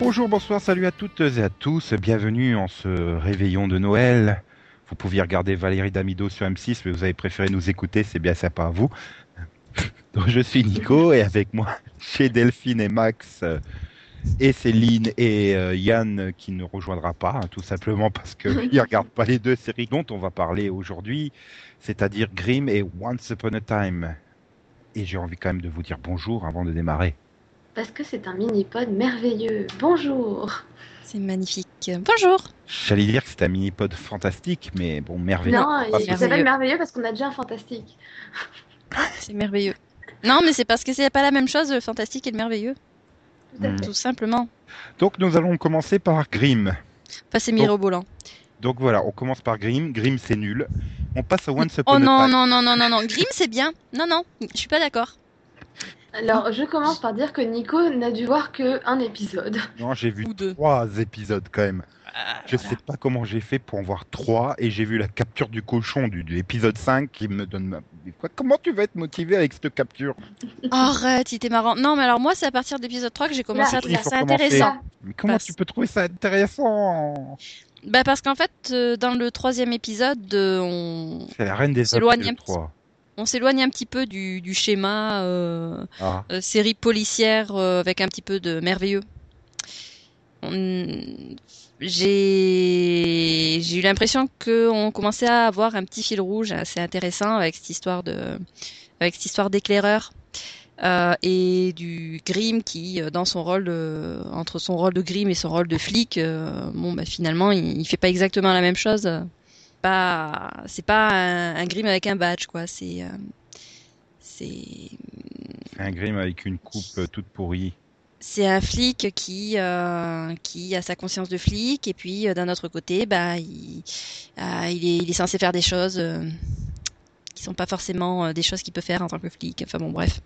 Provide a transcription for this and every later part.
Bonjour, bonsoir, salut à toutes et à tous, bienvenue en ce réveillon de Noël. Vous pouviez regarder Valérie Damido sur M6, mais vous avez préféré nous écouter, c'est bien sympa à vous. Donc, je suis Nico et avec moi, chez Delphine et Max et Céline et Yann qui ne rejoindra pas, tout simplement parce qu'ils ne regardent pas les deux séries dont on va parler aujourd'hui, c'est-à-dire Grimm et Once Upon a Time. Et j'ai envie quand même de vous dire bonjour avant de démarrer. Parce que c'est un mini-pod merveilleux. Bonjour. C'est magnifique. Bonjour. J'allais dire que c'est un mini-pod fantastique, mais bon, merveilleux. Non, Pas il s'appelle merveilleux parce qu'on a déjà un fantastique. C'est merveilleux. Non, mais c'est parce que c'est pas la même chose, le fantastique et le merveilleux. Tout à fait. Tout simplement. Donc nous allons commencer par Grimm. Enfin, c'est mirobolant. Donc voilà, on commence par Grimm. Grimm, c'est nul. On passe à Once Upon Oh a non, Time. non. Grimm, c'est bien. Non, je suis pas d'accord. Alors, je commence par dire que Nico n'a dû voir qu'un épisode. Non, j'ai vu Ou deux. 3 épisodes quand même. Je Voilà. sais pas comment j'ai fait pour en voir 3 et j'ai vu la capture du cochon de l'épisode 5 qui me donne... Comment tu vas être motivé avec cette capture? Arrête, il était marrant. Non, mais alors moi, c'est à partir de l'épisode 3 que j'ai commencé Là, à trouver Il faut ça commencer. intéressant. Mais comment Parce- tu peux trouver ça intéressant? Bah parce qu'en fait, dans le troisième épisode, on C'est la reine des s'éloigne appels un petit 3. on s'éloigne un petit peu du schéma Ah. série policière avec un petit peu de merveilleux. On- J'ai eu l'impression qu'on commençait à avoir un petit fil rouge assez intéressant avec cette histoire d'éclaireur et du Grimm qui dans son rôle entre son rôle de Grimm et son rôle de flic finalement il fait pas exactement la même chose. C'est pas un Grimm avec un badge quoi, c'est Un Grimm avec une coupe toute pourrie. c'est un flic qui a sa conscience de flic et puis d'un autre côté il est censé faire des choses qui sont pas forcément des choses qu'il peut faire en tant que flic. Enfin bon bref.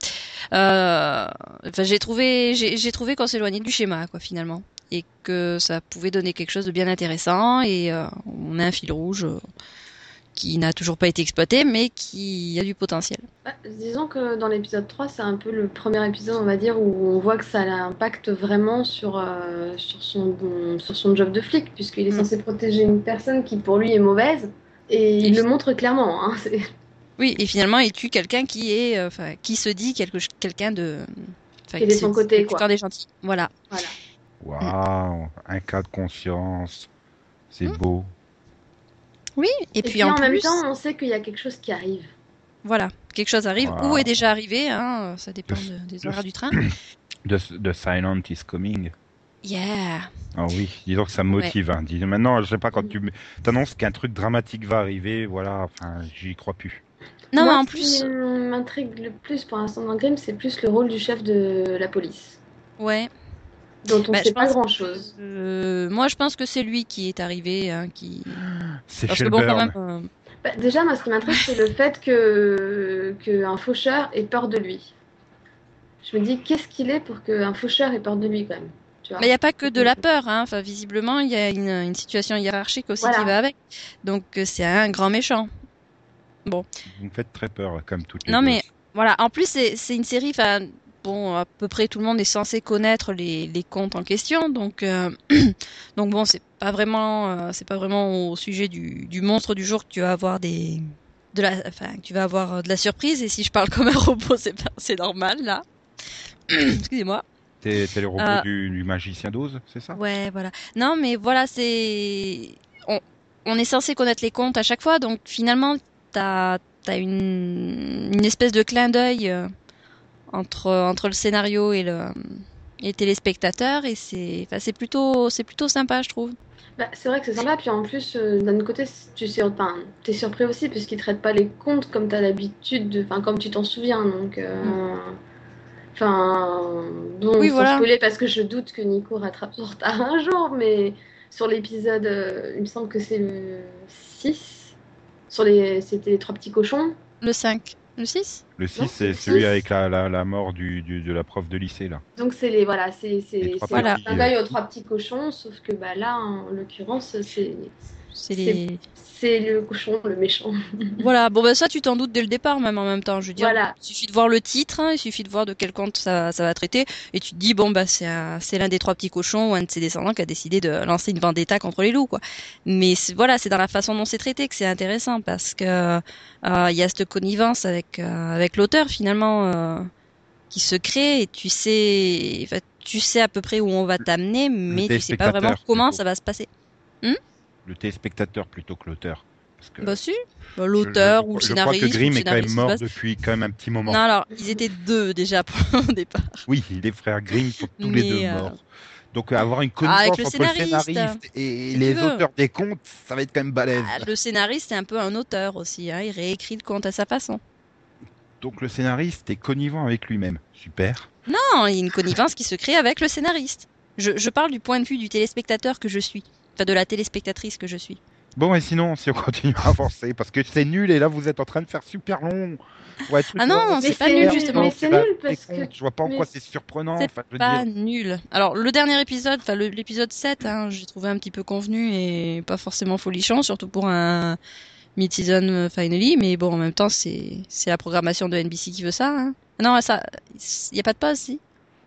J'ai trouvé qu'on s'éloignait du schéma quoi finalement et que ça pouvait donner quelque chose de bien intéressant et on a un fil rouge qui n'a toujours pas été exploité mais qui a du potentiel. Bah, disons que dans l'épisode 3, c'est un peu le premier épisode, on va dire, où on voit que ça a un impact vraiment sur son job de flic, puisqu'il est censé protéger une personne qui, pour lui, est mauvaise. Et il le montre clairement. Hein, Oui, et finalement, il tue quelqu'un qui se dit quelqu'un de, qui est de son côté, quoi. Quelqu'un des gentils. Voilà. Waouh, un cas de conscience. C'est beau. Oui, et puis en en même plus, temps, on sait qu'il y a quelque chose qui arrive. voilà, quelque chose arrive Wow. ou est déjà arrivé, hein, ça dépend des horaires du train. The Silent is coming. Yeah. Ah oui, disons que ça me motive. Hein. Maintenant, je sais pas, quand tu t'annonces qu'un truc dramatique va arriver, voilà, enfin, j'y crois plus. Non, Moi, mais en ce plus, qui m'intrigue le plus pour l'instant dans Grimm, c'est plus le rôle du chef de la police, ouais. dont on Bah, sait je pas pense grand-chose. moi, je pense que c'est lui qui est arrivé, hein, C'est parce que bon, quand Shelburne. même. Bah, déjà, moi, ce qui m'intrigue, c'est le fait qu'un faucheur ait peur de lui. Je me dis, qu'est-ce qu'il est pour qu'un faucheur ait peur de lui, quand même, tu vois. Mais il n'y a pas que de la peur, hein. Enfin, visiblement, il y a une situation hiérarchique aussi Voilà. qui va avec. Donc, c'est un grand méchant. Bon. Vous me faites très peur, comme toutes les Non, deux. mais voilà. En plus, c'est une série. Enfin, bon, à peu près tout le monde est censé connaître les contes en question. Donc, donc bon, c'est pas vraiment au sujet du monstre du jour que tu vas avoir tu vas avoir de la surprise. Et si je parle comme un robot, c'est normal là. Excusez-moi. T'es le robot du magicien d'Oz, c'est ça? Ouais, voilà. Non, mais voilà, on est censé connaître les contes à chaque fois, donc finalement, t'as une espèce de clin d'œil entre le scénario et les téléspectateurs, et c'est plutôt sympa, je trouve. Bah, c'est vrai que c'est sympa, puis en plus, d'un autre côté, t'es surpris aussi, puisqu'ils traitent pas les contes comme t'as l'habitude, comme tu t'en souviens, donc... Enfin, bon, Oui, sans voilà. spoiler, parce que je doute que Nico rattrape son retard un jour, mais sur l'épisode, il me semble que c'est le 6, c'était les trois petits cochons. Le 5. Le 6? Le 6, Non, c'est le celui 6. avec la mort de la prof de lycée, là. Donc c'est Les trois un petits, clin d'œil aux trois petits cochons, sauf que bah, là, en l'occurrence, C'est le cochon, le méchant. Voilà, bon bah ça tu t'en doutes dès le départ même en même temps, je veux dire, Voilà. il suffit de voir le titre, hein, il suffit de voir de quel conte ça va traiter, et tu te dis bon bah c'est l'un des trois petits cochons ou un de ses descendants qui a décidé de lancer une vendetta contre les loups quoi. Mais voilà, c'est dans la façon dont c'est traité que c'est intéressant parce que il y a cette connivence avec l'auteur finalement qui se crée et tu sais à peu près où on va t'amener, mais tu sais pas vraiment comment ça va se passer. Le téléspectateur plutôt que l'auteur. Parce que bah si, l'auteur ou le scénariste. Je crois que Grimm est quand même mort depuis quand même un petit moment. Non, alors, ils étaient deux déjà au départ. Oui, les frères Grimm sont tous les deux morts. Donc avoir une connivence entre le scénariste et les auteurs des contes, ça va être quand même balèze. Le scénariste est un peu un auteur aussi, hein, il réécrit le conte à sa façon. Donc le scénariste est connivent avec lui-même, super. Non, il y a une connivence qui se crée avec le scénariste. Je parle du point de vue du téléspectateur que je suis. Enfin, de la téléspectatrice que je suis. Bon, et sinon, si on continue à avancer, parce que c'est nul, et là, vous êtes en train de faire super long. Ouais, ah non, c'est pas nul, justement. Mais c'est nul, parce que... Je vois pas en quoi c'est surprenant. C'est pas nul. Alors, le dernier épisode, l'épisode 7, hein, j'ai trouvé un petit peu convenu et pas forcément folichon, surtout pour un mid-season finally, mais bon, en même temps, c'est la programmation de NBC qui veut ça. Hein. Non, ça, y a pas de pause, si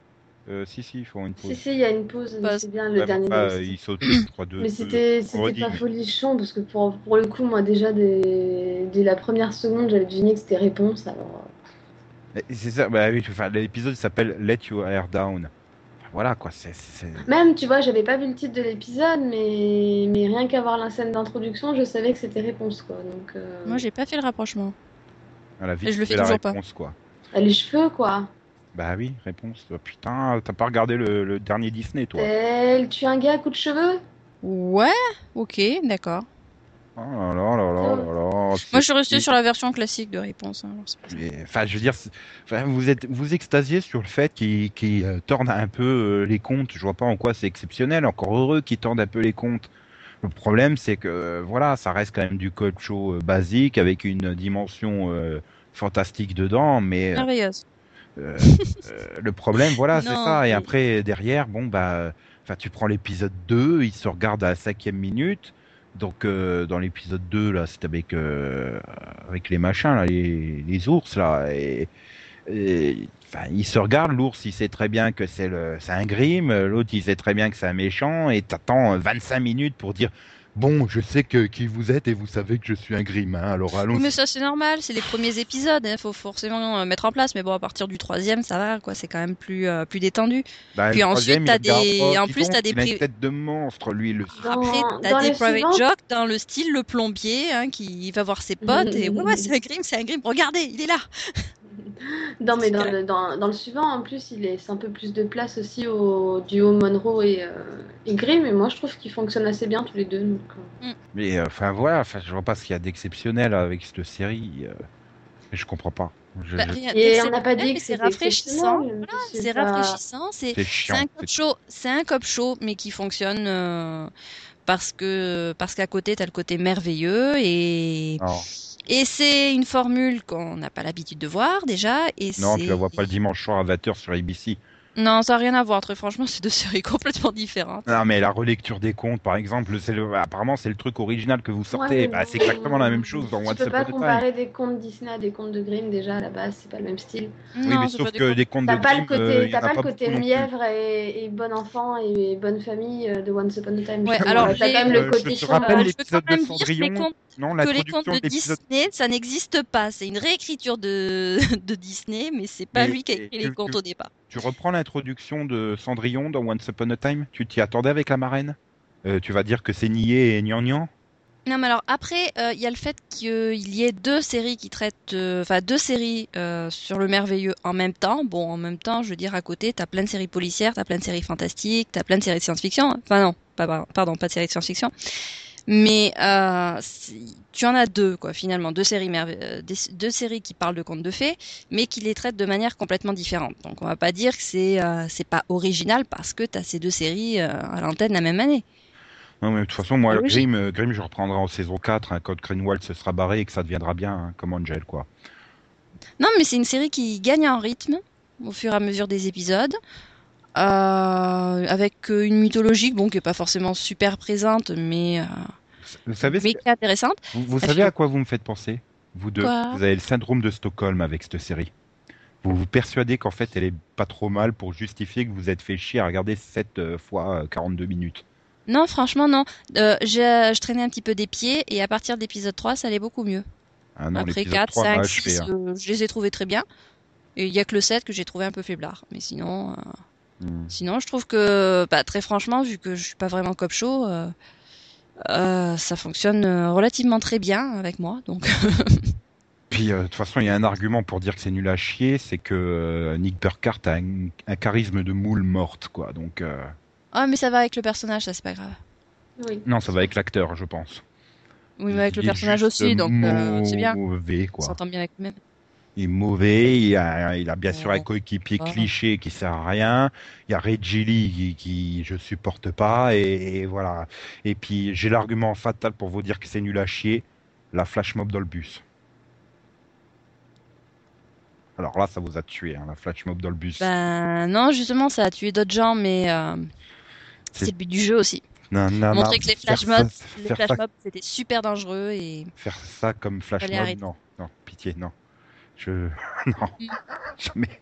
si, ils font une pause. Si, il y a une pause, c'est bien le dernier. Ils sautent 3-2. Mais c'était pas folichon, parce que pour le coup, moi, déjà, dès la première seconde, j'avais deviné que c'était réponse, alors... C'est ça, bah oui, l'épisode s'appelle Let Your Hair Down. Voilà, quoi, c'est... Même, tu vois, j'avais pas vu le titre de l'épisode, mais rien qu'à voir la scène d'introduction, je savais que c'était réponse, quoi, donc... Moi, j'ai pas fait le rapprochement. Et je le fais toujours réponse, pas. Quoi. Les cheveux, quoi. Bah oui, réponse. Oh, putain, t'as pas regardé le dernier Disney, toi? Elle tue un gars à coups de cheveux? Ouais, ok, d'accord. Oh là là là là là là. Moi, je suis resté sur la version classique de réponse. Enfin, je veux dire, vous extasiez sur le fait qu'il tordent un peu les comptes. Je vois pas en quoi c'est exceptionnel. Encore heureux qu'ils tordent un peu les comptes. Le problème, c'est que voilà, ça reste quand même du code show basique avec une dimension fantastique dedans, mais merveilleuse. le problème, voilà, c'est ça. Et après, derrière, bon, bah, tu prends l'épisode 2, il se regarde à la 5e minute. Donc, dans l'épisode 2, là, c'est avec les machins, là, les ours, là. Et il se regarde, l'ours, il sait très bien que c'est un Grimm. L'autre, il sait très bien que c'est un méchant. Et t'attends 25 minutes pour dire... Bon, je sais qui vous êtes et vous savez que je suis un Grimm, hein, alors allons. Mais ça c'est normal, c'est les premiers épisodes, il faut forcément mettre en place. Mais bon, à partir du 3e, ça va, quoi, c'est quand même plus détendu. Bah, puis ensuite, t'as des, en plus, t'as des il a une tête de monstre, lui. Après, t'as des private jokes dans le style le plombier, hein, qui va voir ses potes et ouais, c'est un Grimm. Regardez, il est là. Non, mais dans le suivant, en plus, il laisse un peu plus de place aussi au duo Monroe et Grimm, et moi je trouve qu'ils fonctionnent assez bien tous les deux. Donc, Mais voilà, je vois pas ce qu'il y a d'exceptionnel avec cette série. Je comprends pas. Et on n'a pas dit que c'est rafraîchissant. Voilà, c'est rafraîchissant. C'est un cop show, mais qui fonctionne parce qu'à côté, t'as le côté merveilleux et c'est une formule qu'on n'a pas l'habitude de voir déjà. Non, tu la vois pas le dimanche soir à 20h sur ABC. Non, ça n'a rien à voir. Très franchement, c'est deux séries complètement différentes. Non, mais la relecture des contes, par exemple, apparemment, c'est le truc original que vous sortez. Ouais, c'est exactement la même chose dans Once Upon a Time. Tu peux pas comparer des contes Disney à des contes de Grimm, déjà, à la base, c'est pas le même style. Oui, mais sauf que des contes de Grimm, t'as pas le côté mièvre et bon enfant et bonne famille de Once Upon a Time. Ouais, alors, t'as quand même le côté je te rappelle l'épisode de Cendrillon. Non, que les contes de Disney, ça n'existe pas. C'est une réécriture de Disney, mais c'est pas lui qui a écrit les contes au départ. Tu reprends l'introduction de Cendrillon dans Once Upon a Time? Tu t'y attendais avec la marraine? Tu vas dire que c'est niais et gnangnan? Non, mais alors après, il y a le fait qu'il y ait deux séries qui traitent, deux séries sur le merveilleux en même temps. Bon, en même temps, je veux dire, à côté, t'as plein de séries policières, t'as plein de séries fantastiques, t'as plein de séries de science-fiction. Enfin non, pas de séries de science-fiction. Mais tu en as deux, quoi, finalement, deux séries qui parlent de contes de fées, mais qui les traitent de manière complètement différente. Donc on va pas dire que c'est pas original parce que t'as ces deux séries à l'antenne la même année. Non, mais de toute façon, moi, Grimm, je reprendrai en saison 4, quand Greenwald se sera barré et que ça deviendra bien, hein, comme Angel, quoi. Non, mais c'est une série qui gagne en rythme au fur et à mesure des épisodes. Avec une mythologie qui est pas forcément super présente, mais Vous savez, mais qui est intéressante. vous Elle savez fait à quoi vous me faites penser, vous deux? quoi? Vous avez le syndrome de Stockholm avec cette série. Vous vous persuadez qu'en fait, elle est pas trop mal pour justifier que vous êtes fait chier à regarder 7 fois 42 minutes. Non, franchement, non. Je traînais un petit peu des pieds et à partir de l'épisode 3, ça allait beaucoup mieux. Ah non, Après l'épisode 4, 3 m'a 5, achevé. 6, je les ai trouvés très bien. Et il y a que le 7 que j'ai trouvé un peu faiblard. Mais sinon, Hmm. sinon je trouve que, bah, très franchement, vu que je suis pas vraiment cop show, ça fonctionne relativement très bien avec moi. Donc, Puis, de toute façon, il y a un argument pour dire que c'est nul à chier, c'est que Nick Burkhardt a un charisme de moule morte, quoi. Donc, ah, mais ça va avec le personnage, ça c'est pas grave. Oui. non, ça va avec l'acteur, je pense. Oui, mais avec le Il est personnage juste aussi, donc c'est bien. mauvais, On quoi. s'entend bien avec lui-même. Il est mauvais, il a bien sûr un Oh. coéquipier Ah. cliché qui sert à rien. Il y a Reggie Lee qui je supporte pas, et voilà. Et puis, j'ai l'argument fatal pour vous dire que c'est nul à chier, la flash mob dans le bus. Alors là, ça vous a tué, hein, la flash mob dans le bus. Ben non, justement, ça a tué d'autres gens, mais c'est C'est- le but du jeu aussi. Non, non, non, Montrer que les faire flash mobs, ça, les faire flash ça, mobs, c'était super dangereux et faire ça comme flash fallait mob, arrêter. non, non, pitié, non. Je, non, Mm. jamais.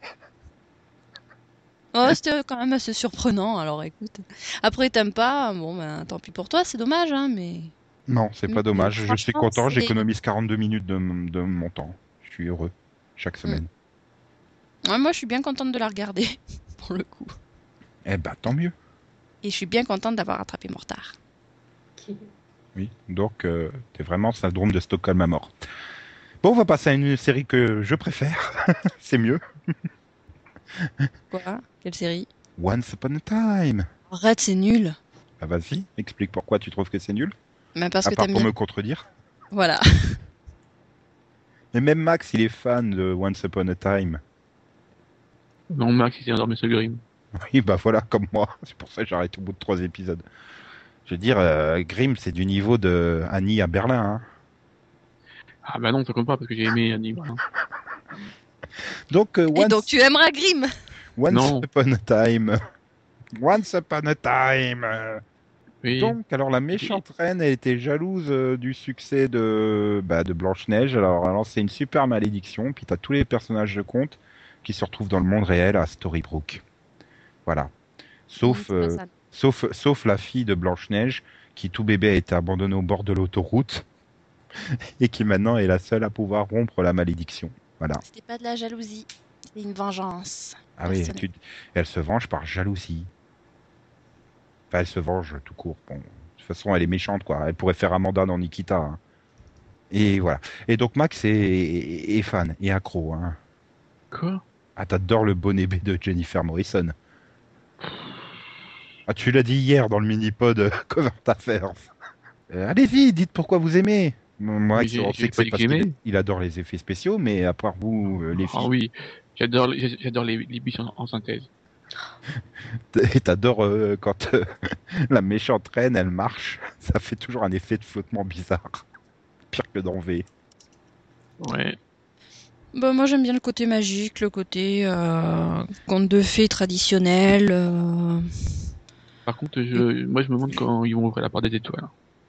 Oh, c'était quand même assez surprenant. Alors écoute, après t'aimes pas, bon ben tant pis pour toi, c'est dommage, hein, Non, c'est pas mais dommage. Je suis franchement, content, c'est. j'économise 42 minutes de mon temps. Je suis heureux chaque Mm. semaine. Ouais, moi, je suis bien contente de la regarder pour le coup, Eh ben, tant mieux. et je suis bien contente d'avoir rattrapé mon retard. Qui- Oui, donc t'es vraiment syndrome de Stockholm à mort. Bon, on va passer à une série que je préfère. C'est mieux. Quoi? Quelle série? Once Upon a Time. Arrête, c'est nul. Ah, vas-y, explique pourquoi tu trouves que c'est nul. Même parce À que part t'aimes pour bien. me contredire. Voilà. Mais même Max, il est fan de Once Upon a Time. Non, Max, il s'est endormi sur Grimm. Oui, bah voilà, comme moi. C'est pour ça que j'arrête au bout de 3 épisodes. Je veux dire, Grimm, c'est du niveau de Annie à Berlin. Hein. Ah bah non, ça compte pas parce que j'ai aimé Annie. Voilà. Donc, Et donc tu aimeras Grimm. Once Non. Upon a Time. Once Upon a Time. Oui. Donc, alors la méchante reine, elle était jalouse du succès de Blanche-Neige. Alors, elle a lancé une super malédiction. Puis, tu as tous les personnages de conte qui se retrouvent dans le monde réel à Storybrooke. Voilà. Sauf, Non, c'est pas ça. sauf la fille de Blanche-Neige, qui tout bébé a été abandonné au bord de l'autoroute et qui maintenant est la seule à pouvoir rompre la malédiction. Voilà. C'était pas de la jalousie, c'était une vengeance. Ah oui, personnelle. elle se venge par jalousie. Enfin, elle se venge tout court. Bon, de toute façon, elle est méchante, quoi. Elle pourrait faire Amanda dans Nikita. Hein. Et voilà. Et donc, Max est fan, et accro. Hein. Quoi? Ah, t'adores le bonnet B de Jennifer Morrison. Ah, tu l'as dit hier dans le mini-pod Cover Affairs. Allez-y, dites pourquoi vous aimez. Moi, Mais j'ai- on j'ai sait que pas c'est dit parce que qu'il j'aimais. il adore les effets spéciaux, mais à part vous, les Ah filles, oui, j'adore les biches en synthèse. et t'adores quand la méchante reine, elle marche, ça fait toujours un effet de flottement bizarre. Pire que dans V. Ouais. Bah, moi j'aime bien le côté magique, le côté conte de fées traditionnel. Par contre, moi je me demande quand ils vont ouvrir la porte des étoiles.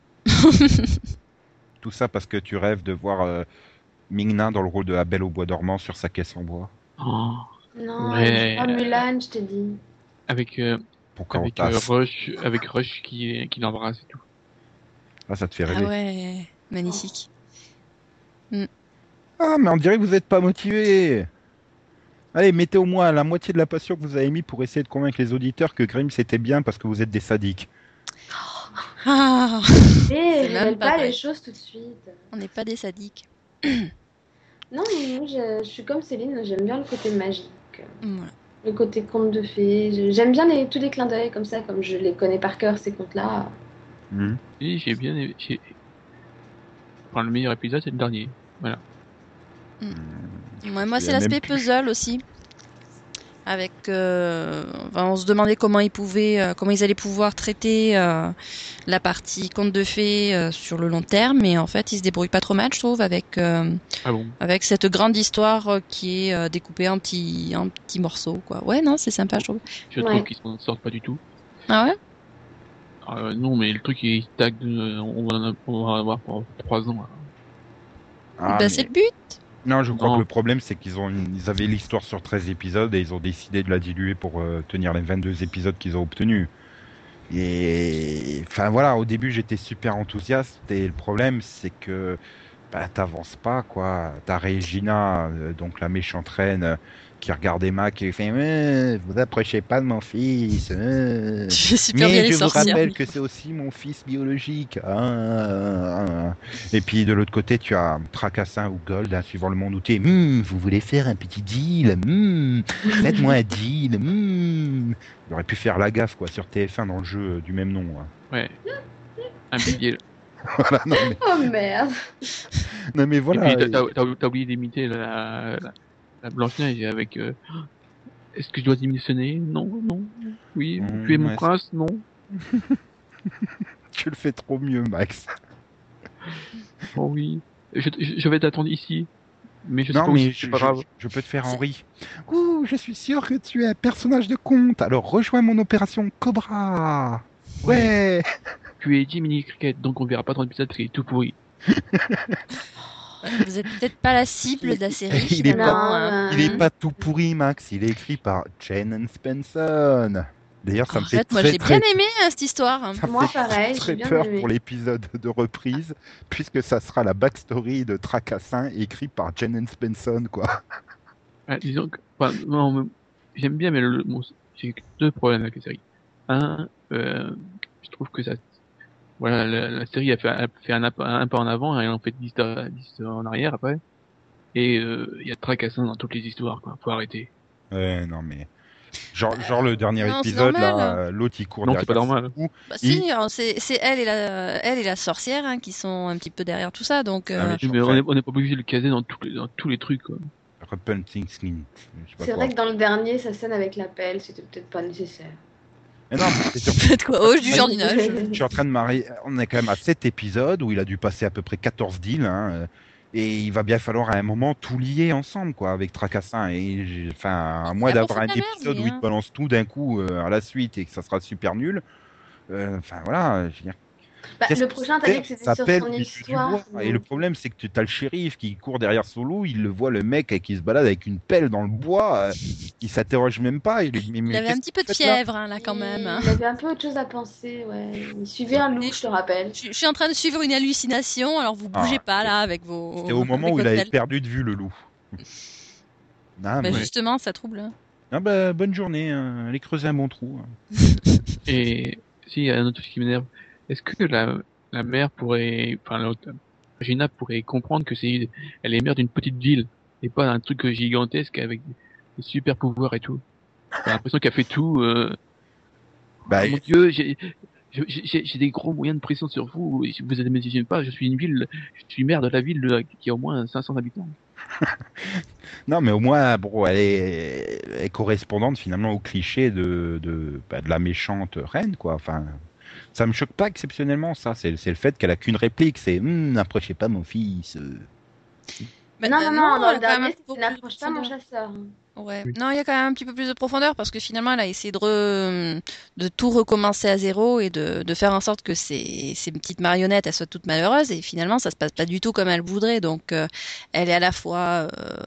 Tout ça parce que tu rêves de voir Ming-Na dans le rôle de la Belle au bois dormant sur sa caisse en bois. Oh. Non, Ouais. pas Mulan, je t'ai dit. Avec Pocahontas. Rush qui l'embrasse et tout. Ah, ça te fait Ah rêver. ouais, magnifique. Ah, mais on dirait que vous n'êtes pas motivé. Allez, mettez au moins la moitié de la passion que vous avez mis pour essayer de convaincre les auditeurs que Grimm c'était bien parce que vous êtes des sadiques. Ah, Et même révèle pas pas vrai. les choses tout de suite. on n'est pas des sadiques. Non, mais moi je suis comme Céline, j'aime bien le côté magique. Voilà. Le côté conte de fées. J'aime bien tous les clins d'œil comme ça, comme je les connais par cœur, ces contes-là. Mhm. Et j'ai bien aimé. Enfin, le meilleur épisode, c'est le dernier. Voilà. Ouais, moi, Il y c'est a l'aspect même plus. puzzle aussi. Avec, enfin, on se demandait comment comment ils allaient pouvoir traiter la partie conte de fées sur le long terme, mais en fait, ils se débrouillent pas trop mal, je trouve, avec Ah bon? avec cette grande histoire qui est découpée en petits morceaux, quoi. Ouais, non, c'est sympa, je trouve. Je Ouais. trouve qu'ils s'en sortent pas du tout. Ah ouais? Non, mais le truc il stagne, on va en avoir pour 3 ans. Là. Ah, Bah, mais- c'est le but. Non, je crois Non. que le problème, c'est ils avaient l'histoire sur 13 épisodes et ils ont décidé de la diluer pour tenir les 22 épisodes qu'ils ont obtenus. Et enfin voilà, au début, j'étais super enthousiaste et le problème, c'est que bah, t'avances pas, quoi. T'as Regina, donc la méchante reine, qui regardait Mac et fait vous approchez pas de mon fils. Je suis super bien Mais les je vous sorcières. rappelle que c'est aussi mon fils biologique. Et puis de l'autre côté, tu as Tracassin ou Gold, hein, suivant le monde où tu es. Vous voulez faire un petit deal. Faites-moi un deal. Il aurait pu faire la gaffe, quoi, sur TF1 dans le jeu du même nom, hein. Ouais. Un big deal. Voilà, Oh merde. non, mais Et voilà. puis t'as oublié d'imiter la Blanche-Neige avec est-ce que je dois démissionner? Non, non. Oui, tu es mon Ouais, prince? Non. tu le fais trop mieux, Max. Oh oui. Je vais t'attendre ici. Mais je sais Non, pas où mais c'est pas grave. je peux te faire Henri. Ouh, je suis sûr que tu es un personnage de conte. Alors rejoins mon opération Cobra. Ouais. Tu es Jiminy Cricket, donc on verra pas ton épisode parce qu'il est tout pourri. Vous êtes peut-être pas la cible de la série, Il est finalement. pas- hein. Il est pas tout pourri, Max. Il est écrit par Jen Spencer. D'ailleurs, ça me fait Arrête, moi j'ai très, bien aimé cette histoire. ça me Moi, fait pareil, très j'ai bien peur aimé. pour l'épisode de reprise, puisque ça sera la backstory de Tracassin écrit par Jen Spencer, quoi. Disons que, enfin, non, j'aime bien, mais j'ai 2 problèmes avec la série. Un, je trouve que ça, voilà, la série a fait un pas en avant et elle en fait 10 en arrière après. Et il y a de tracassin dans toutes les histoires, quoi. Faut arrêter. Ouais, non, mais. Genre le dernier Non, c'est épisode, normal. là, l'autre il court Non, c'est pas derrière normal. Sakou. Bah Il... si, alors, c'est elle et la sorcière hein, qui sont un petit peu derrière tout ça. Donc, Ah, mais je Oui, suis mais en train on est pas obligé de le caser dans tous les trucs, quoi. Repenting Skin, je sais pas C'est quoi. vrai que dans le dernier, sa scène avec la pelle, c'était peut-être pas nécessaire. Mais non, mais c'est surtout peut-être quoi, oh, du jardinage. je suis en train de marier. On est quand même à 7 épisodes où il a dû passer à peu près 14 deals, hein, et il va bien falloir à un moment tout lier ensemble, quoi, avec Tracassin. Et enfin, à moins Il a pas d'avoir fait un de la merde, épisode lui, où il te hein. balance tout d'un coup à la suite et que ça sera super nul. Enfin voilà, je veux dire, Bah, qu'est-ce le que prochain, t'as dit c'est que c'était Ça sur pèle son au milieu du histoire. bois. Et le problème, c'est que tu as le shérif qui court derrière son loup, il le voit, le mec qui se balade avec une pelle dans le bois, il s'interroge même pas, il lui dit Il mais avait un qu'est-ce que petit vous peu de faites là? fièvre hein, là quand même. hein. Il avait un peu autre chose à penser, ouais. Il suivait un loup, Et je te rappelle. je suis en train de suivre une hallucination, alors vous bougez Ah, pas là avec c'était au moment avec où il votre avait tel. perdu de vue le loup. Ah, Bah mais... Ouais. justement, ça trouble. hein. Ah bah, bonne journée, hein. Allez creuser un bon trou, hein. Et si, il y a un autre truc qui m'énerve. Est-ce que la mère pourrait, enfin, Gina pourrait comprendre que elle est mère d'une petite ville et pas d'un truc gigantesque avec des super pouvoirs et tout. J'ai l'impression qu'elle fait tout, Bah, oh mon Dieu, j'ai des gros moyens de pression sur vous. Et si vous n'imaginez pas, je suis je suis maire de la ville qui a au moins 500 habitants. non, mais au moins, bon, elle est correspondante finalement au cliché de la méchante reine, quoi. Enfin, ça me choque pas exceptionnellement, ça. C'est le fait qu'elle a qu'une réplique, c'est n'approchez pas mon fils. Bah, Non, non, non, dans elle le a quand même un dernier, peu c'était plus de n'approche pas mon profondeur. chasseur. Ouais. Oui. Non, il y a quand même un petit peu plus de profondeur parce que finalement, elle a essayé de tout recommencer à zéro et de faire en sorte que ces petites marionnettes, elles soient toutes malheureuses et finalement, ça se passe pas du tout comme elle voudrait. Donc, elle est à la fois,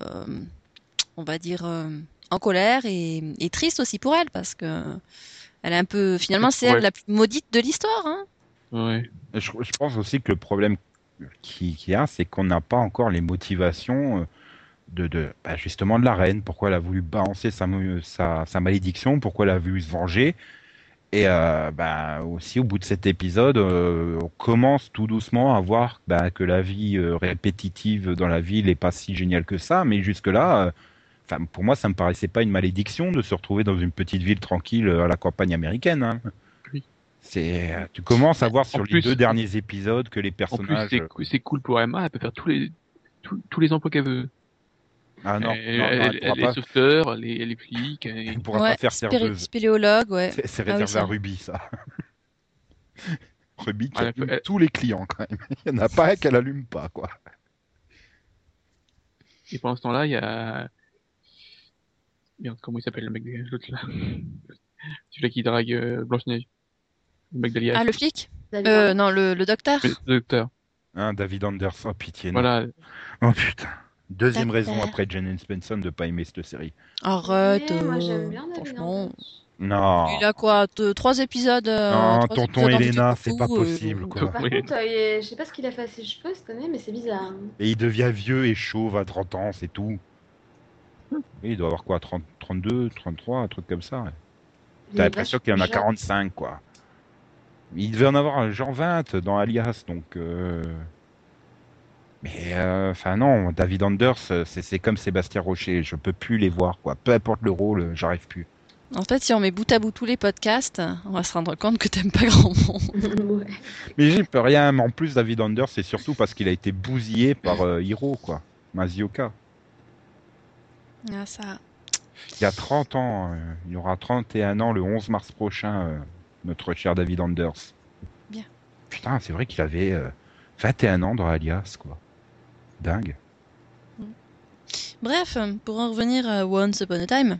on va dire, en colère et triste aussi pour elle parce que elle est un peu, finalement, c'est elle Ouais. la plus maudite de l'histoire, hein. Ouais. Je pense aussi que le problème qu'il y a, c'est qu'on n'a pas encore les motivations bah, justement de la reine. Pourquoi elle a voulu balancer sa malédiction, pourquoi elle a voulu se venger. Et bah, aussi, au bout de cet épisode, on commence tout doucement à voir bah, que la vie répétitive dans la ville n'est pas si géniale que ça. Mais jusque-là, pour moi, ça me paraissait pas une malédiction de se retrouver dans une petite ville tranquille à la campagne américaine, hein. Oui. Tu commences à voir En sur les plus, 2 derniers épisodes que les En plus, personnages. c'est cool pour Emma, elle peut faire tous les emplois qu'elle veut. Ah non, non, non, Elle est sauveteur, elle est flic, elle pourra pas Ouais, faire serveuse. spéléologue, ouais. C'est Ah oui, réservé à ça. Ruby, ça. Ruby qui elle allume elle- tous les clients quand même. Il n'y en a pas un qu'elle allume pas, quoi. et pendant ce temps-là, il y a, merde, comment il s'appelle le mec, l'autre là? Celui-là qui drague Blanche-Neige. Le mec d'Alias. Ah, le flic David. Non, le docteur. Le docteur. Hein, David Anders, oh pitié. Non. Voilà. Oh putain. Deuxième Docteur. raison après Jane Spencer de pas aimer cette série. Arrête. Ouais, moi j'aime bien David Franchement. Anders. Non. Il a quoi 3 épisodes Non, trois tonton épisodes en Elena, tout et c'est pour pas tout, possible, quoi. Par Oui. contre, je sais pas ce qu'il a fait à ses cheveux cette année, mais c'est bizarre. Et il devient vieux et chauve à 30 ans, c'est tout. Et il doit avoir quoi, 30, 32, 33, un truc comme ça. Ouais. Il T'as est l'impression qu'il en a vachement jeune. 45, quoi. Il devait en avoir genre 20 dans Alias, donc... Mais, enfin non, David Anders, c'est comme Sébastien Rocher, je peux plus les voir, quoi. Peu importe le rôle, j'arrive plus. En fait, si on met bout à bout tous les podcasts, on va se rendre compte que t'aimes pas grand monde. Ouais. Mais j'y peux rien, mais en plus David Anders, c'est surtout parce qu'il a été bousillé par Hiro, quoi. Mazioka. Ah, ça. Il y a 30 ans, il aura 31 ans le 11 mars prochain, notre cher David Anders. Bien. Putain, c'est vrai qu'il avait 21 ans dans Alias, quoi. Dingue. Bref, pour en revenir à Once Upon a Time.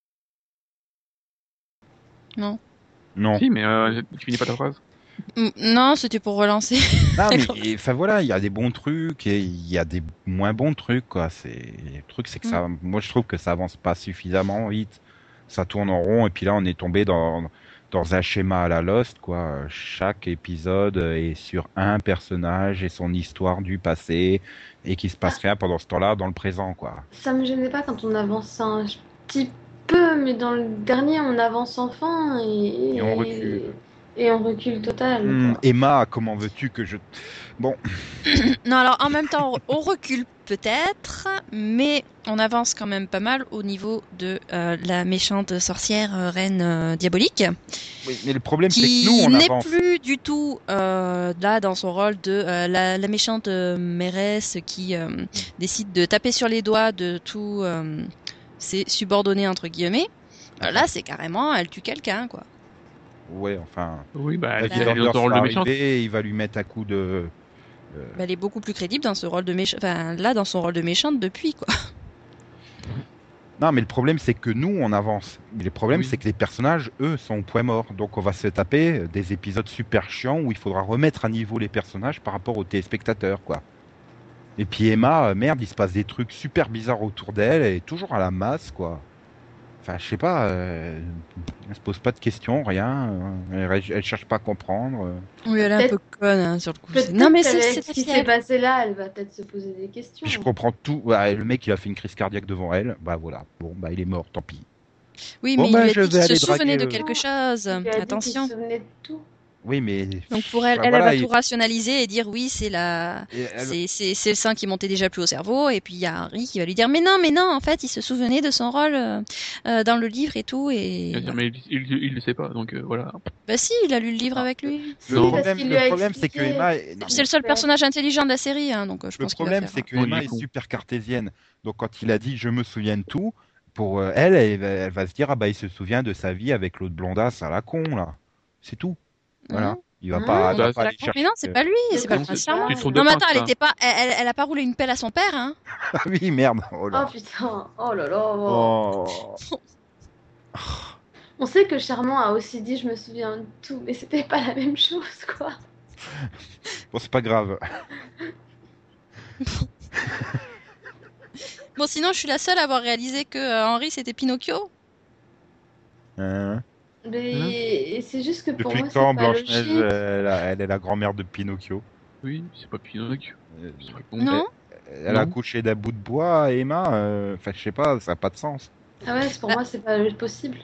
Non. Non. Si, mais tu finis pas ta phrase. Non, c'était pour relancer. Non, mais enfin voilà, il y a des bons trucs et il y a des moins bons trucs, quoi. Le truc, c'est que ça, moi je trouve que ça avance pas suffisamment vite. Ça tourne en rond et puis là on est tombé dans un schéma à la Lost, quoi. Chaque épisode est sur un personnage et son histoire du passé et qu'il se passe rien pendant ce temps-là dans le présent, quoi. Ça me gênait pas quand on avance un petit peu, mais dans le dernier on avance enfin Et on recule. Et on recule total. Quoi. Emma, comment veux-tu que je... Bon, Non, alors en même temps, on recule peut-être, mais on avance quand même pas mal au niveau de la méchante sorcière reine diabolique, oui, mais le problème c'est qui que nous on n'est avance. plus du tout là dans son rôle de la méchante mairesse qui décide de taper sur les doigts de tous ses subordonnés entre guillemets. Là, c'est carrément, elle tue quelqu'un, quoi. Ouais, enfin... Oui, bah, David elle est dans Anders son rôle va de méchante. arriver, il va lui mettre un coup de... Elle est beaucoup plus crédible dans ce rôle de méchante, enfin là dans son rôle de méchante depuis, quoi. Non, mais le problème, c'est que nous, on avance. Mais le problème, Oui. c'est que les personnages, eux, sont au point mort. Donc, on va se taper des épisodes super chiants où il faudra remettre à niveau les personnages par rapport aux téléspectateurs, quoi. Et puis Emma, merde, il se passe des trucs super bizarres autour d'elle, elle est toujours à la masse, quoi. Enfin, je sais pas, elle se pose pas de questions, rien. Elle cherche pas à comprendre. Oui, elle est un Peut-être- peu conne hein, sur le coup. Peut-être Non, mais qu'avec c'est ce qui facile. s'est passé là, elle va peut-être se poser des questions. Puis je comprends tout. Ouais, le mec, il a fait une crise cardiaque devant elle. Bah voilà. Bon, bah il est mort, tant pis. Oui, Bon, mais bah, il lui je a dit vais qu'il se aller souvenait de draguer, quelque chose. Il lui a dit Attention. qu'il se souvenait de tout. Oui, mais... Donc pour elle, Bah, elle voilà, va il- tout rationaliser et dire oui, c'est la, et elle- c'est le sein qui montait déjà plus au cerveau. Et puis il y a Harry qui va lui dire mais non, en fait, il se souvenait de son rôle dans le livre et tout. Et Il va dire, mais il le sait pas, donc voilà. bah si, il a lu le livre avec lui. Si, Le Non. parce problème, qu'il lui le a problème, c'est que expliqué. Emma... non, C'est le seul personnage intelligent de la série, hein, donc je le pense qu'il va problème, faire. c'est que Non, Emma il est est con. super cartésienne. Donc quand il a dit je me souviens de tout, pour elle va se dire ah bah il se souvient de sa vie avec l'autre blondasse à la con là. C'est tout. Voilà. Il va pas, Hein il va Bah, pas aller Mais chercher. non, c'est pas lui, c'est pas le Non, prince c'est- charmant. tu te trompes Non de mais prince, attends, elle là. était pas, elle a pas roulé une pelle à son père, hein. Ah oui, merde. Oh Oh là. putain, oh là là. Oh. On sait que Charmant a aussi dit je me souviens de tout, mais c'était pas la même chose quoi. Bon, c'est pas grave. Bon, sinon, je suis la seule à avoir réalisé que Henri c'était Pinocchio. Hein. Mais c'est juste que pour Depuis moi quand c'est pas Blanche-Neige, logique. elle est la grand-mère de Pinocchio? Oui, c'est pas Pinocchio. Euh, C'est vrai que bon, Non. Elle a Non. accouché d'un bout de bois, Emma. Enfin, je sais pas, ça n'a pas de sens. Ah ouais, pour moi c'est pas possible.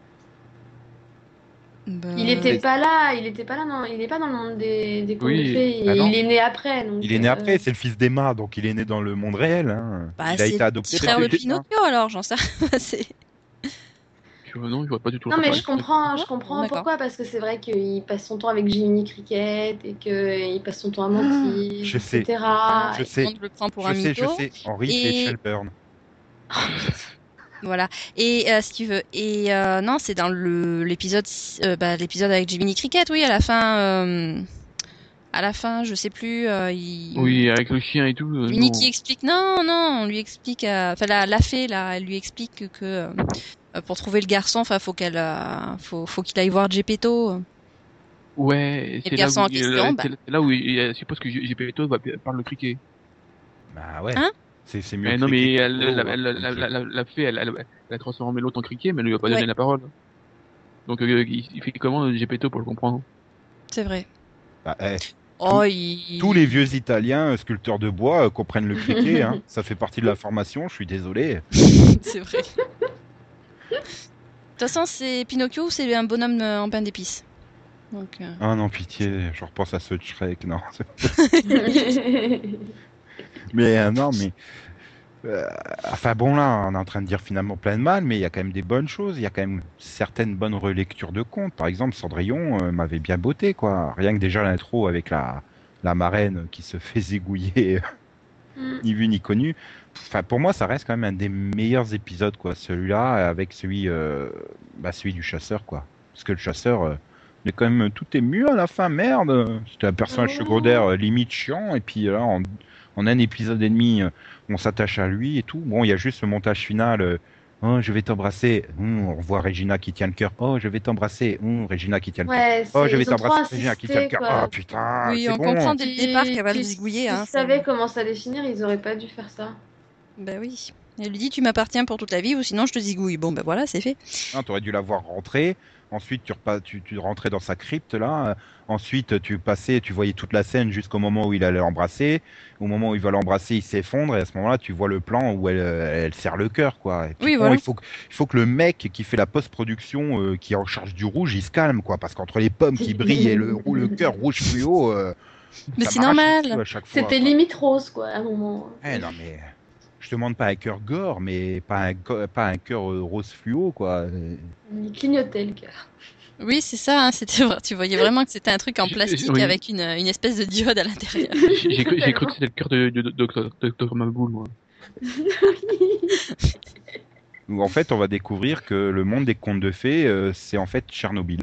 Bah, Il était pas là, non, il est pas dans le monde des contes Oui. de fées, Ah non. il est né après. Donc, Il est né après, c'est le fils d'Emma, donc il est né dans le monde réel. Hein. bah, Il a c'est été adopté le par frère de les Disney. Pinocchio alors, j'en sais rien. C'est- Non, je vois pas du tout. Non le mais rapport je avec comprends Bon, d'accord. pourquoi, parce que c'est vrai qu'il passe son temps avec Jiminy Cricket et qu'il passe son temps à mentir, Je sais. etc. Je Tout sais. le monde le prend pour un Je mytho. sais. Henri, Et- c'est Shelburne. Voilà. Et si tu veux. Et non, c'est dans l'épisode l'épisode avec Jiminy Cricket, oui, à la fin. À la fin, je sais plus. Oui, avec le chien et tout. Jiminy non. qui explique. Non, on lui explique. Enfin, la fée là, elle lui explique que pour trouver le garçon, enfin, faut qu'il aille voir Geppetto. Ouais, Et c'est le là garçon où, en question, bah, c'est là où je suppose que Gepetto parle le cricket. Bah ouais. Hein C'est mieux Mais que non, cricket mais que polo, hein, comme jeu. la fée, elle a transformé l'autre en cricket, mais elle lui a pas ouais, donné la parole. Donc, il fait comment, Gepetto, pour le comprendre? c'est vrai. Bah, Oh, tous les vieux Italiens sculpteurs de bois comprennent le cricket, hein. Ça fait partie de la formation, je suis désolé. c'est vrai. De toute façon, c'est Pinocchio ou c'est un bonhomme en pain d'épices. Donc, Ah non, pitié, je repense à ceux de Shrek, non. Mais non, mais euh, enfin bon là, on est en train de dire finalement plein de mal, mais il y a quand même des bonnes choses. Il y a quand même certaines bonnes relectures de contes. Par exemple, Cendrillon m'avait bien botté, quoi. Rien que déjà l'intro avec la marraine qui se fait zigouiller, ni vu ni connu. Enfin, pour moi, ça reste quand même un des meilleurs épisodes, quoi. Celui-là avec celui du chasseur, quoi. Parce que le chasseur, mais quand même, tout est mieux à la fin, merde. C'était un personnage secondaire limite chiant, et puis là, en un épisode et demi, on s'attache à lui et tout. Bon, il y a juste le montage final. Oh, je vais t'embrasser. On revoit Regina qui tient le cœur. Oh, je vais t'embrasser. Regina qui tient le cœur. Ouais, Oh, je vais ils ont trop t'embrasser. Regina qui tient le insisté, cœur. Oh quoi. putain, oui, c'est on bon. comprend dès le départ qu'elle va le zigouiller. S'ils Hein, savaient comment ça allait finir, ils auraient pas dû faire ça. Ben oui. Elle lui dit tu m'appartiens pour toute la vie ou sinon je te zigouille. Bon ben voilà, c'est fait. Non, t'aurais dû la voir rentrer. Ensuite, tu rentrais dans sa crypte là. Ensuite, tu passais, tu voyais toute la scène jusqu'au moment où il allait l'embrasser. Au moment où il va l'embrasser, il s'effondre et à ce moment-là, tu vois le plan où elle serre le cœur, quoi. Et puis Oui, bon, voilà. il faut que le mec qui fait la post-production, qui est en charge du rouge, il se calme, quoi. Parce qu'entre les pommes qui brillent et le cœur rouge fluo, Mais ça c'est m'arrache les normal. cheveux à chaque fois, C'était quoi. limite rose, quoi, à un moment. Eh non mais. Je te demande pas un cœur gore, mais pas un cœur rose fluo, quoi. Il clignotait le cœur. Oui, c'est ça. Hein, c'était vrai. Tu voyais vraiment que c'était un truc en plastique Oui. avec une espèce de diode à l'intérieur. J'ai cru que c'était le cœur de Dr. Maboul, moi. Où en fait, on va découvrir que le monde des contes de fées, c'est en fait Tchernobyl.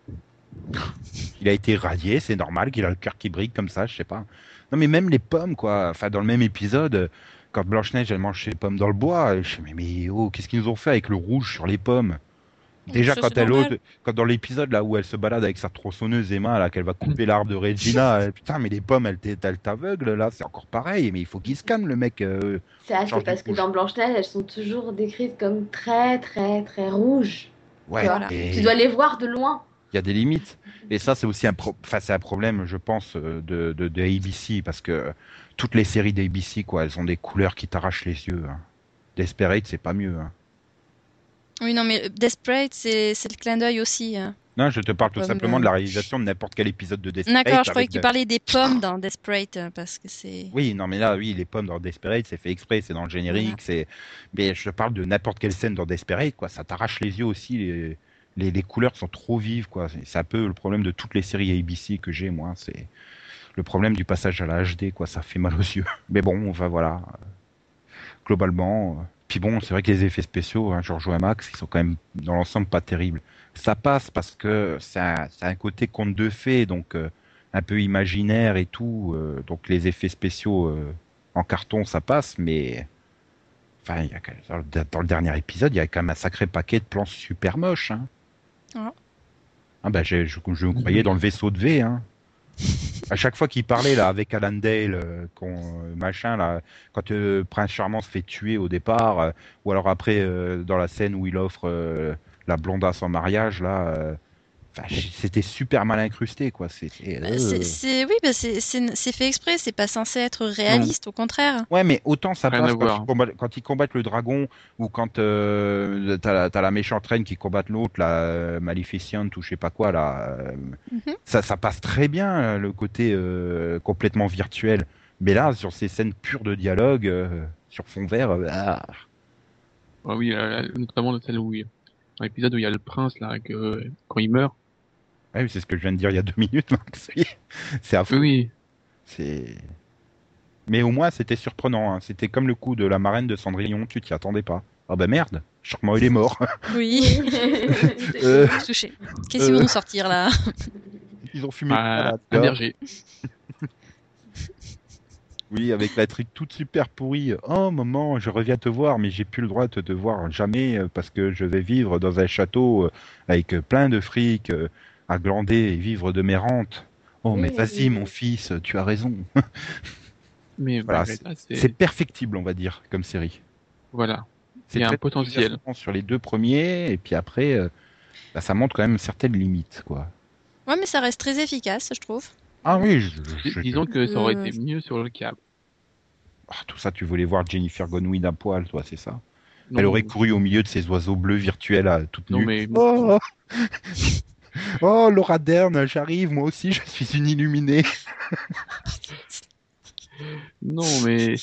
Il a été radié, c'est normal qu'il a le cœur qui brille comme ça, je sais pas. Non, mais même les pommes, quoi. Enfin, dans le même épisode, quand Blanche-Neige, elle mange ses pommes dans le bois, je sais, mais oh, qu'est-ce qu'ils nous ont fait avec le rouge sur les pommes? Déjà, Ça, c'est normal. quand dans l'épisode là où elle se balade avec sa tronçonneuse Emma, là, qu'elle va couper l'arbre de Regina, putain, mais les pommes, elles t'aveuglent, là, c'est encore pareil, mais il faut qu'il se calme, le mec, C'est change du parce que rouge. dans Blanche-Neige, elles sont toujours décrites comme très, très, très rouges. Tu Ouais, vois. Voilà. Tu et dois les voir de loin. il y a des limites. Et ça, c'est aussi enfin, c'est un problème, je pense, de ABC, parce que toutes les séries d'ABC, quoi, elles ont des couleurs qui t'arrachent les yeux. Hein. Desperate, c'est pas mieux. Hein. Oui, non, mais Desperate, c'est le clin d'œil aussi. Hein. Non, je te parle tout Comme, simplement de la réalisation de n'importe quel épisode de D'accord, Desperate je croyais avec que tu parlais des pommes dans Desperate, parce que c'est... Oui, non, mais là, oui, les pommes dans Desperate, c'est fait exprès, c'est dans le Voilà. générique, c'est. Mais je te parle de n'importe quelle scène dans Desperate, quoi. Ça t'arrache les yeux aussi. Les couleurs sont trop vives, quoi. C'est un peu le problème de toutes les séries ABC que j'ai, moi. C'est le problème du passage à la HD, quoi. Ça fait mal aux yeux. Mais bon, enfin voilà. Globalement. Puis bon, c'est vrai que les effets spéciaux, hein, je rejoins Max, ils sont quand même dans l'ensemble pas terribles. Ça passe parce que c'est un côté conte de fées, donc un peu imaginaire et tout. Donc les effets spéciaux en carton, ça passe, mais enfin, dans le dernier épisode, il y a quand même un sacré paquet de plans super moches. Hein. Ah. Ah ben, je me croyais dans le vaisseau de V. Hein. À chaque fois qu'il parlait là avec Alan Dale, machin là, quand Prince Charmant se fait tuer au départ, ou alors après dans la scène où il offre la blondasse en mariage là, enfin, c'était super mal incrusté quoi. Oui, bah, c'est fait exprès, c'est pas censé être Non. réaliste, au contraire. Ouais, mais autant ça Rien passe à voir. quand ils combattent le dragon ou quand t'as la méchante reine qui combatte l'autre, la Maleficent ou je sais pas quoi là. Mhm. Ça passe très bien le côté complètement virtuel. Mais là, sur ces scènes pures de dialogue, sur fond vert, Ah oui, notamment celle où dans l'épisode où il y a le prince, là, quand il meurt. ouais, c'est ce que je viens de dire il y a 2 minutes. Max. C'est affreux. Oui, C'est... Mais au moins, c'était surprenant. Hein. C'était comme le coup de la marraine de Cendrillon, tu t'y attendais pas. Ah bah merde, Charmant il est mort. Oui. Euh, Touché. Qu'est-ce qu'ils vont nous sortir là? Ils ont fumé une salade, un quoi. berger. Oui, avec la trique toute super pourrie. Oh maman, je reviens te voir, mais j'ai plus le droit de te voir jamais parce que je vais vivre dans un château avec plein de fric. à glander et vivre de mes rentes. Oh, mais Oui, vas-y, oui. mon fils, tu as raison. Mais Voilà, malgré ça, c'est perfectible, on va dire, comme série. voilà. Il C'est y a un très potentiel. enthousiasmant sur les deux premiers, et puis après, bah, ça montre quand même certaines limites, quoi. Ouais, mais ça reste très efficace, je trouve. Ah oui, Disons que ça aurait Euh, été mieux sur le câble. Ah, tout ça, tu voulais voir Jennifer Gonwin à poil, toi, c'est ça? Elle aurait Non, couru au milieu de ces oiseaux bleus virtuels toute non nue. mais Oh, oh, Laura Dern, j'arrive, moi aussi, je suis une illuminée. non mais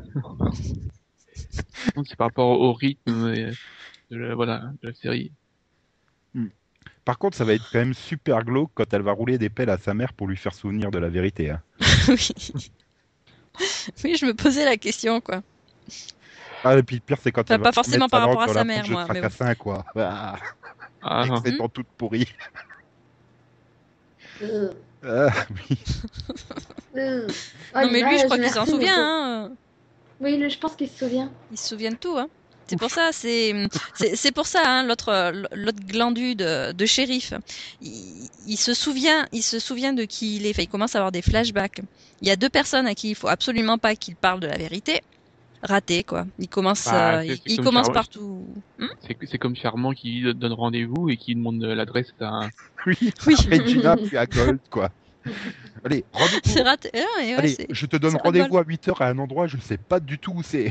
non, c'est par rapport au rythme voilà de la série. Hmm. Par contre, ça va être quand même super glauque quand elle va rouler des pelles à sa mère pour lui faire souvenir de la vérité. Hein. Oui. Oui, je me posais la question, quoi. Ah, et puis le pire, c'est quand Enfin, elle va pas remettre forcément sa par langue rapport à dans sa la bouche mère, de moi, mais bon. Tracassin, quoi. Ah, avec Ah, ses Hmm. dents toutes pourries. Euh, Ah, oui. Oh Non, mais lui, je crois qu'il s'en merci, souvient, Nico. hein. Oui, je pense qu'il se souvient. Ils se souviennent de tout, hein. C'est pour Ouf. ça, c'est pour ça, hein, l'autre glandu de shérif. Il se souvient de qui il est. Enfin, il commence à avoir des flashbacks. Il y a deux personnes à qui il faut absolument pas qu'il parle de la vérité. Raté, quoi. bah c'est Il comme commence Charmant, partout. c'est comme Charmant qui donne rendez-vous et qui demande l'adresse Oui, Oui, à Regina, puis à Gold, quoi. Allez, c'est rendez-vous. raté. Ah, et ouais, Allez, je te donne c'est ras de bol. rendez-vous à 8h à un endroit, je ne sais pas du tout où c'est.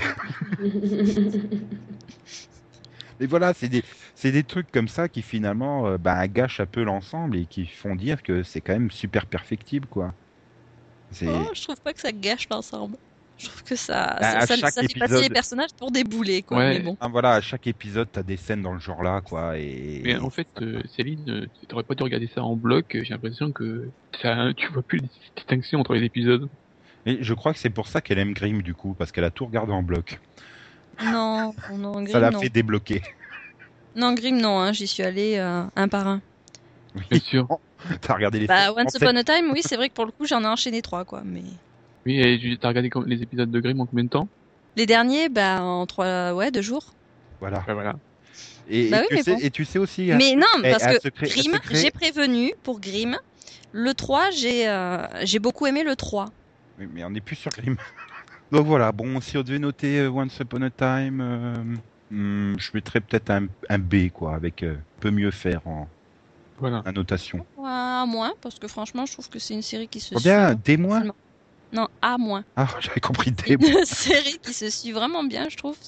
Mais voilà, c'est des trucs comme ça qui finalement bah, gâchent un peu l'ensemble et qui font dire que c'est quand même super perfectible, quoi. Oh, C'est je trouve pas que ça gâche l'ensemble. Je trouve que ça, à, ça, à ça, chaque ça fait passer les épisode, personnages pour des boulets, quoi. Mais ouais. bon. hein, voilà, à chaque épisode, t'as des scènes dans le genre là, quoi. Mais en fait, Céline, t'aurais pas dû regarder ça en bloc. J'ai l'impression que tu vois plus les distinctions entre les épisodes. Et je crois que c'est pour ça qu'elle aime Grimm du coup, parce qu'elle a tout regardé en bloc. Non, non, Ça Grimm, l'a fait non. débloquer. Non, Grimm, non, hein, j'y suis allée un par un. Bien Oui. sûr. Oh, t'as regardé les Bah, séries Once françaises. Upon a Time, oui, c'est vrai que pour le coup, j'en ai enchaîné trois, quoi. Mais Oui, et t'as regardé les épisodes de Grimm en combien de temps? les derniers, bah, en trois, ouais, 2 jours. Voilà. Bah voilà. Et Bah oui, mais bon. tu sais aussi un Mais truc. non, parce que Un Grimm, secret. j'ai prévenu pour Grimm. Le 3, j'ai beaucoup aimé le 3. Oui, mais on n'est plus sur Grimm. Donc voilà, bon, si on devait noter Once Upon a Time, je mettrais peut-être un B, quoi, avec peut mieux faire en Voilà. notation. Ouais, à moins, parce que franchement, je trouve que c'est une série qui se suit Combien? D-? facilement. Non, à moins. Ah, j'avais compris C'est D. une série qui se suit vraiment bien, je trouve.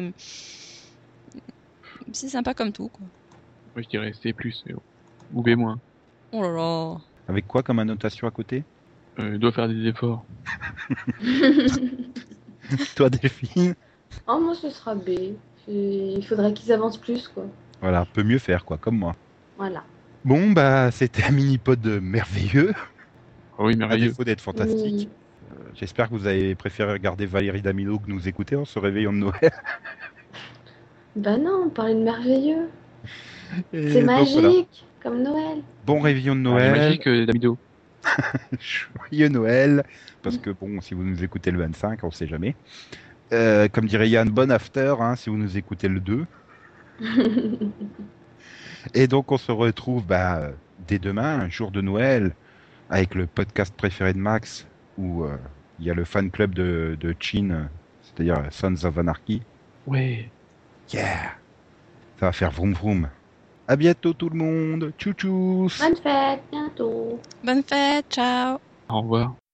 C'est sympa comme tout, quoi. Moi, je dirais C+, mais bon. Ou B-. Oh là là. Avec quoi comme annotation à côté? Doit faire des efforts. Toi, Delphine? Oh, moi, ce sera B. Il faudrait qu'ils avancent plus, quoi. Voilà, peut mieux faire, quoi, comme moi. Voilà. Bon, bah, c'était un mini-pod merveilleux, Ah oui, à merveilleux. défaut d'être fantastique. Oui. J'espère que vous avez préféré regarder Valérie Damido que nous écouter en se réveillant de Noël. Bah non, on parlait de merveilleux. Et C'est donc, voilà. magique, comme Noël. Bon réveillon de Ah, Noël. magique, Damido. Joyeux Noël. Parce que bon, si vous nous écoutez le 25, on sait jamais. Comme dirait Yann, bon after, hein, si vous nous écoutez le 2. Et donc, on se retrouve dès demain, un jour de Noël, avec le podcast préféré de Max, où il y a le fan club de Chin, c'est-à-dire Sons of Anarchy. Ouais. Yeah! Ça va faire vroom vroom. À bientôt tout le monde. Tchou tchous! Bonne fête, bientôt. Bonne fête, ciao. Au revoir.